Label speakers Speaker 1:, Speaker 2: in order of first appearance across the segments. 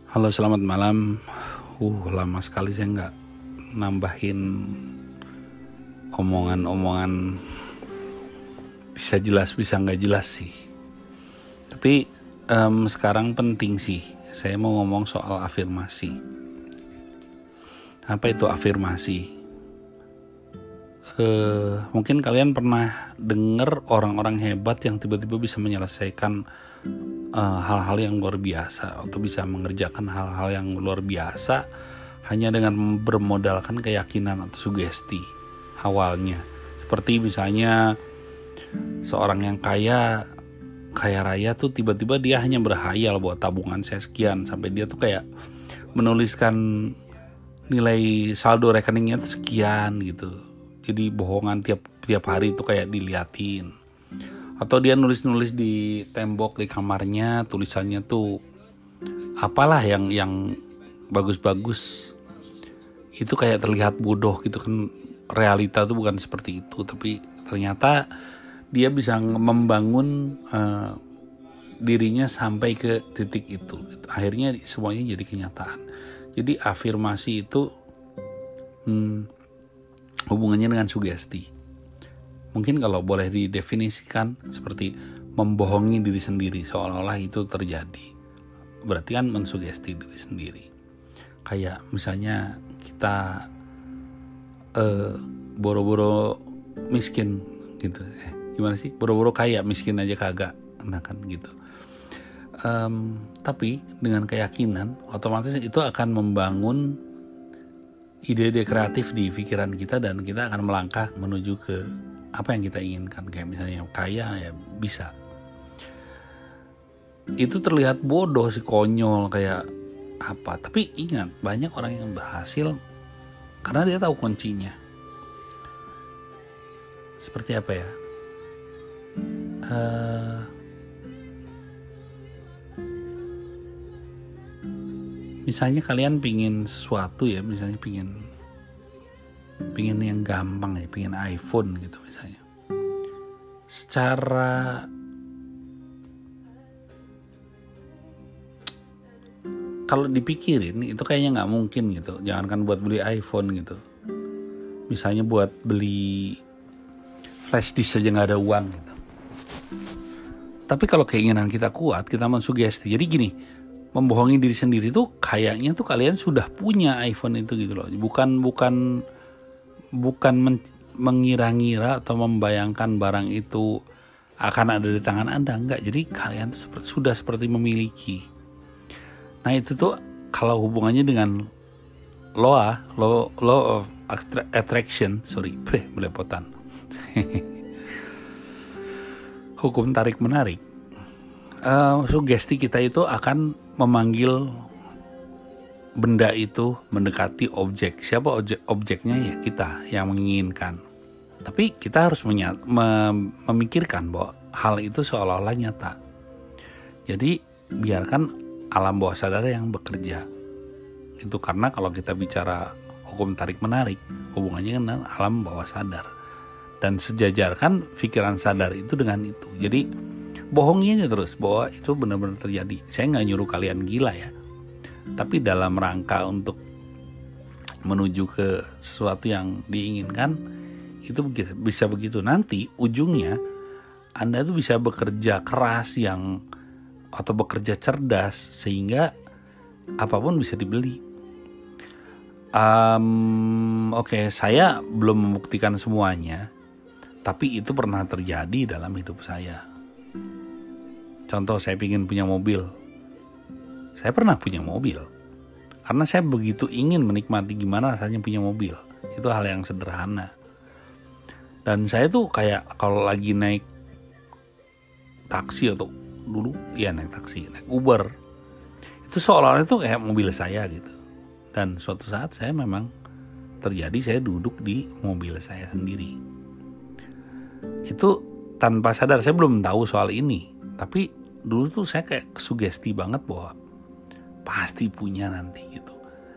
Speaker 1: Halo, selamat malam. Lama sekali saya nggak nambahin omongan-omongan bisa jelas bisa nggak jelas sih. Tapi sekarang penting sih. Saya mau ngomong soal afirmasi. Apa itu afirmasi? Mungkin kalian pernah dengar orang-orang hebat yang tiba-tiba bisa menyelesaikan hal-hal yang luar biasa atau bisa mengerjakan hal-hal yang luar biasa hanya dengan bermodalkan keyakinan atau sugesti awalnya. Seperti misalnya seorang yang kaya raya tuh tiba-tiba dia hanya berhayal buat tabungan saya sekian, sampai dia tuh kayak menuliskan nilai saldo rekeningnya tuh sekian gitu. Jadi bohongan tiap hari tuh kayak diliatin. Atau dia nulis-nulis di tembok di kamarnya, tulisannya tuh apalah yang bagus-bagus. Itu kayak terlihat bodoh gitu kan. Realita tuh bukan seperti itu, tapi ternyata dia bisa membangun dirinya sampai ke titik itu gitu. Akhirnya semuanya jadi kenyataan. Jadi afirmasi itu hubungannya dengan sugesti. Mungkin kalau boleh didefinisikan seperti membohongi diri sendiri seolah-olah itu terjadi. Berarti kan mensugesti diri sendiri. Kayak misalnya kita boro-boro miskin gitu. Gimana sih? Boro-boro kaya, miskin aja kagak. Nah kan gitu. Tapi dengan keyakinan otomatis itu akan membangun ide-ide kreatif di pikiran kita dan kita akan melangkah menuju ke apa yang kita inginkan. Kayak misalnya kaya ya bisa. Itu terlihat bodoh sih, konyol kayak apa. Tapi ingat, banyak orang yang berhasil karena dia tahu kuncinya. Seperti apa ya? Misalnya kalian pingin sesuatu ya, misalnya pingin yang gampang ya, pingin iPhone gitu misalnya. Secara kalau dipikirin itu kayaknya nggak mungkin gitu. Jangankan buat beli iPhone gitu. Misalnya buat beli flash disk saja nggak ada uang gitu. Tapi kalau keinginan kita kuat, kita mensugesti. Jadi gini, membohongi diri sendiri tuh kayaknya tuh kalian sudah punya iPhone itu gitu loh. Bukan mengira-ngira atau membayangkan barang itu akan ada di tangan Anda, enggak. Jadi kalian tuh sudah seperti memiliki. Nah itu tuh kalau hubungannya dengan law of attraction, belepotan. Hukum tarik menarik. Sugesti kita itu akan memanggil benda itu mendekati objek. Siapa objeknya? Ya kita yang menginginkan. Tapi kita harus memikirkan bahwa hal itu seolah-olah nyata. Jadi biarkan alam bawah sadar yang bekerja. Itu karena kalau kita bicara hukum tarik menarik, hubungannya dengan alam bawah sadar. Dan sejajarkan pikiran sadar itu dengan itu. Jadi bohonginya terus bahwa itu benar-benar terjadi. Saya nggak nyuruh kalian gila ya, tapi dalam rangka untuk menuju ke sesuatu yang diinginkan itu bisa begitu. Nanti ujungnya Anda tuh bisa bekerja keras atau bekerja cerdas sehingga apapun bisa dibeli. Oke, saya belum membuktikan semuanya, tapi itu pernah terjadi dalam hidup saya. Contoh, saya ingin punya mobil. Saya pernah punya mobil. Karena saya begitu ingin menikmati gimana rasanya punya mobil. Itu hal yang sederhana. Dan saya tuh kayak kalau lagi naik taksi atau dulu ya naik taksi, naik Uber. Itu seolah-olah itu kayak mobil saya gitu. Dan suatu saat saya memang terjadi, saya duduk di mobil saya sendiri. Itu tanpa sadar, saya belum tahu soal ini. Tapi dulu tuh saya kayak sugesti banget bahwa pasti punya nanti gitu.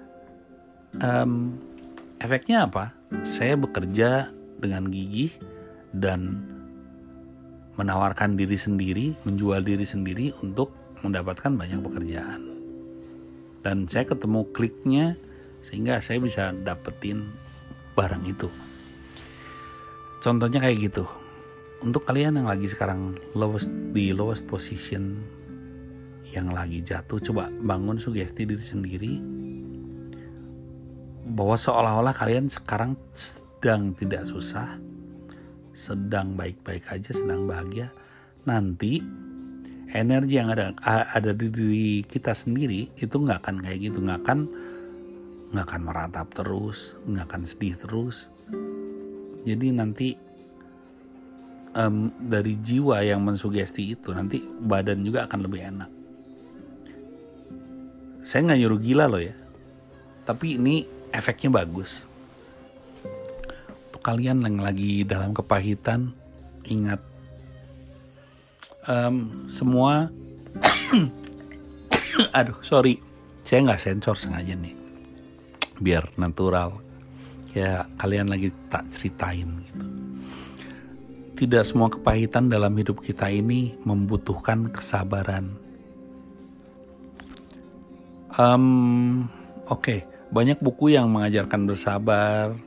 Speaker 1: Efeknya apa? Saya bekerja dengan gigih dan menawarkan diri sendiri, menjual diri sendiri untuk mendapatkan banyak pekerjaan. dan saya ketemu kliknya sehingga saya bisa dapetin barang itu. Contohnya kayak gitu. Untuk kalian yang lagi sekarang di lowest position, yang lagi jatuh, coba bangun sugesti diri sendiri bahwa seolah-olah kalian sekarang sedang tidak susah, sedang baik-baik aja, sedang bahagia. Nanti energi yang ada di diri kita sendiri itu nggak akan kayak gitu, nggak akan meratap terus, nggak akan sedih terus. Jadi nanti dari jiwa yang mensugesti itu, nanti badan juga akan lebih enak. Saya nggak nyuruh gila loh ya, tapi ini efeknya bagus. Untuk kalian yang lagi dalam kepahitan, ingat semua aduh sorry, saya nggak sensor sengaja nih, biar natural ya kalian lagi tak ceritain gitu. Tidak semua kepahitan dalam hidup kita ini membutuhkan kesabaran. Oke, banyak buku yang mengajarkan bersabar.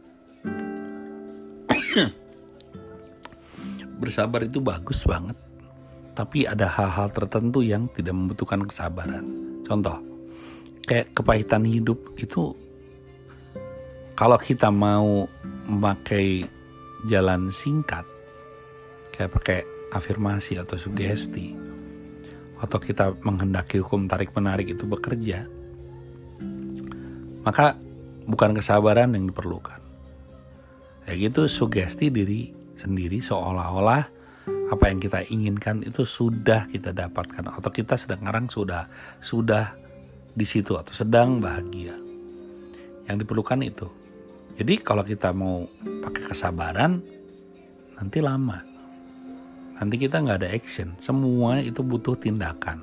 Speaker 1: Bersabar itu bagus banget. Tapi ada hal-hal tertentu yang tidak membutuhkan kesabaran. Contoh, kayak kepahitan hidup itu, kalau kita mau memakai jalan singkat, kayak pakai afirmasi atau sugesti, atau kita menghendaki hukum tarik-menarik itu bekerja, maka bukan kesabaran yang diperlukan. Kayak gitu, sugesti diri sendiri seolah-olah apa yang kita inginkan itu sudah kita dapatkan, atau kita sekarang sudah di situ atau sedang bahagia. Yang diperlukan itu. Jadi kalau kita mau pakai kesabaran, nanti lama. Nanti kita nggak ada action. Semua itu butuh tindakan.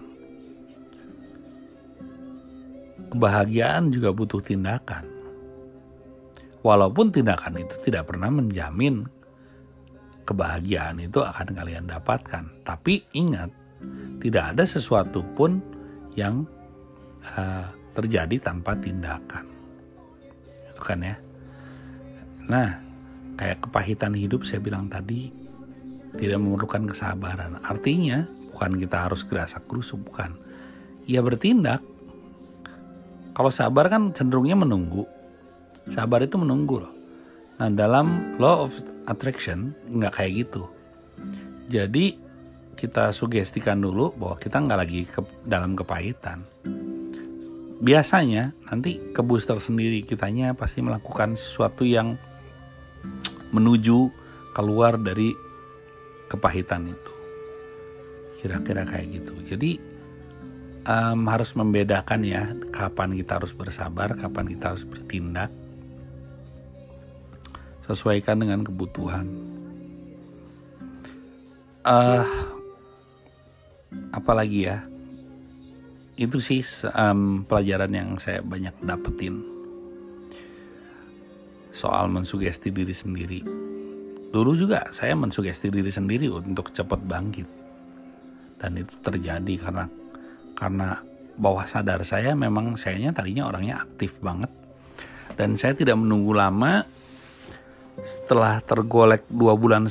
Speaker 1: Kebahagiaan juga butuh tindakan. Walaupun tindakan itu tidak pernah menjamin kebahagiaan itu akan kalian dapatkan. Tapi ingat, tidak ada sesuatu pun yang terjadi tanpa tindakan. Itu kan ya. Nah, kayak kepahitan hidup saya bilang tadi, tidak memerlukan kesabaran. Artinya bukan kita harus gerasak-gerusuk, bukan. Ya bertindak. Kalau sabar kan cenderungnya menunggu. Sabar itu menunggu loh. Nah, dalam law of attraction nggak kayak gitu. Jadi kita sugestikan dulu bahwa kita nggak lagi dalam kepahitan. Biasanya nanti ke booster sendiri kitanya pasti melakukan sesuatu yang menuju keluar dari kepahitan itu. Kira-kira kayak gitu. Jadi harus membedakan ya, kapan kita harus bersabar, kapan kita harus bertindak. Sesuaikan dengan kebutuhan. Apalagi ya, itu sih pelajaran yang saya banyak dapetin soal mensugesti diri sendiri. Dulu juga saya mensugesti diri sendiri untuk cepat bangkit. Dan itu terjadi karena bawah sadar saya memang sayanya tadinya orangnya aktif banget. Dan saya tidak menunggu lama. Setelah tergolek 2,5 bulan,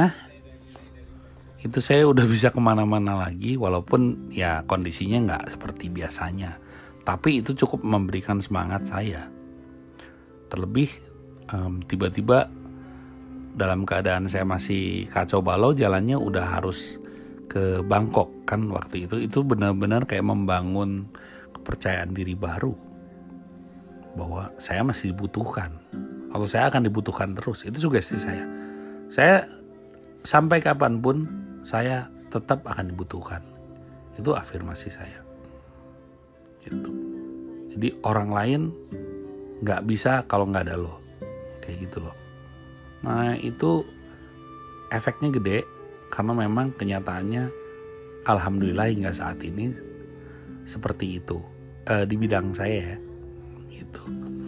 Speaker 1: itu saya udah bisa kemana-mana lagi. Walaupun ya kondisinya gak seperti biasanya. Tapi itu cukup memberikan semangat saya. Terlebih tiba-tiba dalam keadaan saya masih kacau balau, jalannya udah harus ke Bangkok kan waktu itu benar-benar kayak membangun kepercayaan diri baru bahwa saya masih dibutuhkan atau saya akan dibutuhkan terus. Itu sugesti saya sampai kapanpun saya tetap akan dibutuhkan. Itu afirmasi saya gitu. Jadi orang lain gak bisa kalau gak ada lo, kayak gitu loh. Nah itu efeknya gede karena memang kenyataannya alhamdulillah hingga saat ini seperti itu di bidang saya ya, gitu.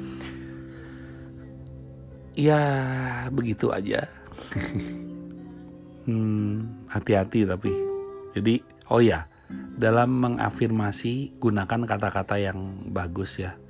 Speaker 1: Ya begitu aja. Hati-hati tapi. Jadi dalam mengafirmasi gunakan kata-kata yang bagus ya,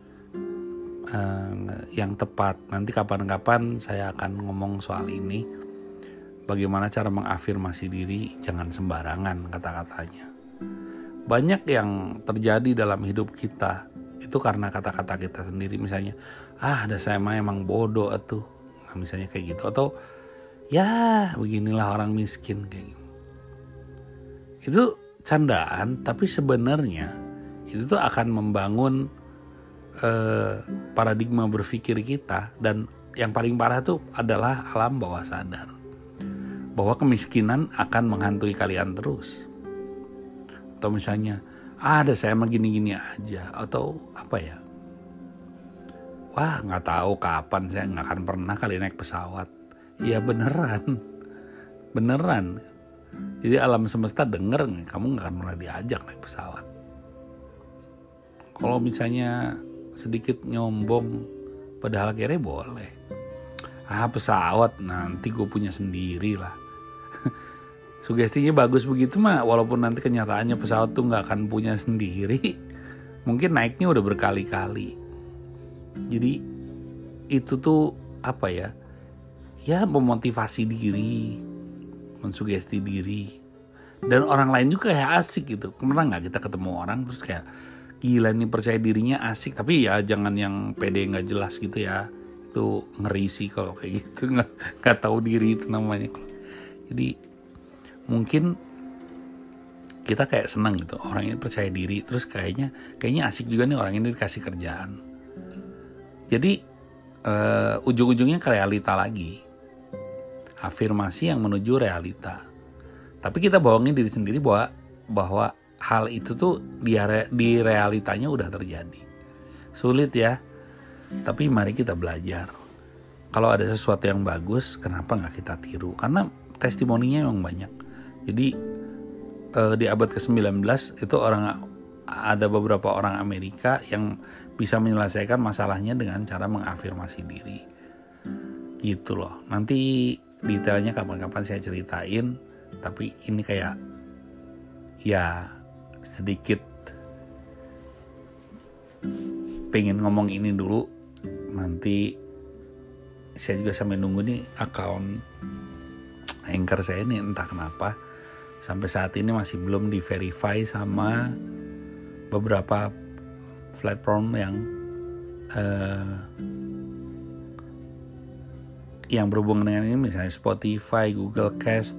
Speaker 1: yang tepat. Nanti kapan-kapan saya akan ngomong soal ini, bagaimana cara mengafirmasi diri, jangan sembarangan kata-katanya. Banyak yang terjadi dalam hidup kita itu karena kata-kata kita sendiri. Misalnya, ada saya mah emang bodoh atuh, nah, misalnya kayak gitu. Atau ya beginilah orang miskin kayak gitu. Itu candaan, tapi sebenarnya itu tuh akan membangun paradigma berpikir kita. Dan yang paling parah tuh adalah alam bawah sadar, bahwa kemiskinan akan menghantui kalian terus. Atau misalnya, ada saya mah gini-gini aja. Atau apa ya, wah gak tahu kapan saya gak akan pernah kali naik pesawat. Ya beneran. Jadi alam semesta denger, kamu gak akan pernah diajak naik pesawat. Kalau misalnya sedikit nyombong, padahal kira boleh. Pesawat nanti gue punya sendiri lah. Sugestinya bagus begitu mah, walaupun nanti kenyataannya pesawat tuh gak akan punya sendiri. Mungkin naiknya udah berkali-kali. Jadi itu tuh apa ya, ya memotivasi diri, mensugesti diri. Dan orang lain juga kayak asik gitu. Pernah gak kita ketemu orang terus kayak, gila nih percaya dirinya asik, tapi ya jangan yang pede gak jelas gitu ya. Itu ngeri sih kalau kayak gitu, gak tahu diri itu namanya. Jadi mungkin kita kayak senang gitu, orang ini percaya diri, terus kayaknya asik juga nih orang ini dikasih kerjaan. Jadi ujung-ujungnya ke realita lagi, afirmasi yang menuju realita. Tapi kita bohongin diri sendiri bahwa hal itu tuh di realitanya udah terjadi. Sulit ya, tapi mari kita belajar. Kalau ada sesuatu yang bagus, kenapa gak kita tiru? Karena testimoninya memang banyak. Jadi di abad ke-19 itu ada beberapa orang Amerika yang bisa menyelesaikan masalahnya dengan cara mengafirmasi diri. Gitu loh. Nanti detailnya kapan-kapan saya ceritain, tapi ini kayak ya sedikit pengen ngomong ini dulu. Nanti saya juga sampai nunggu nih akun Anchor saya ini, entah kenapa sampai saat ini masih belum di-verify sama beberapa platform yang berhubungan dengan ini, misalnya Spotify, Google Cast,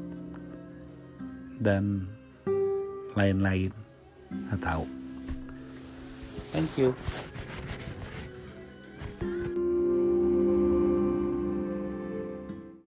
Speaker 1: dan lain-lain. Nggak tahu. Thank you.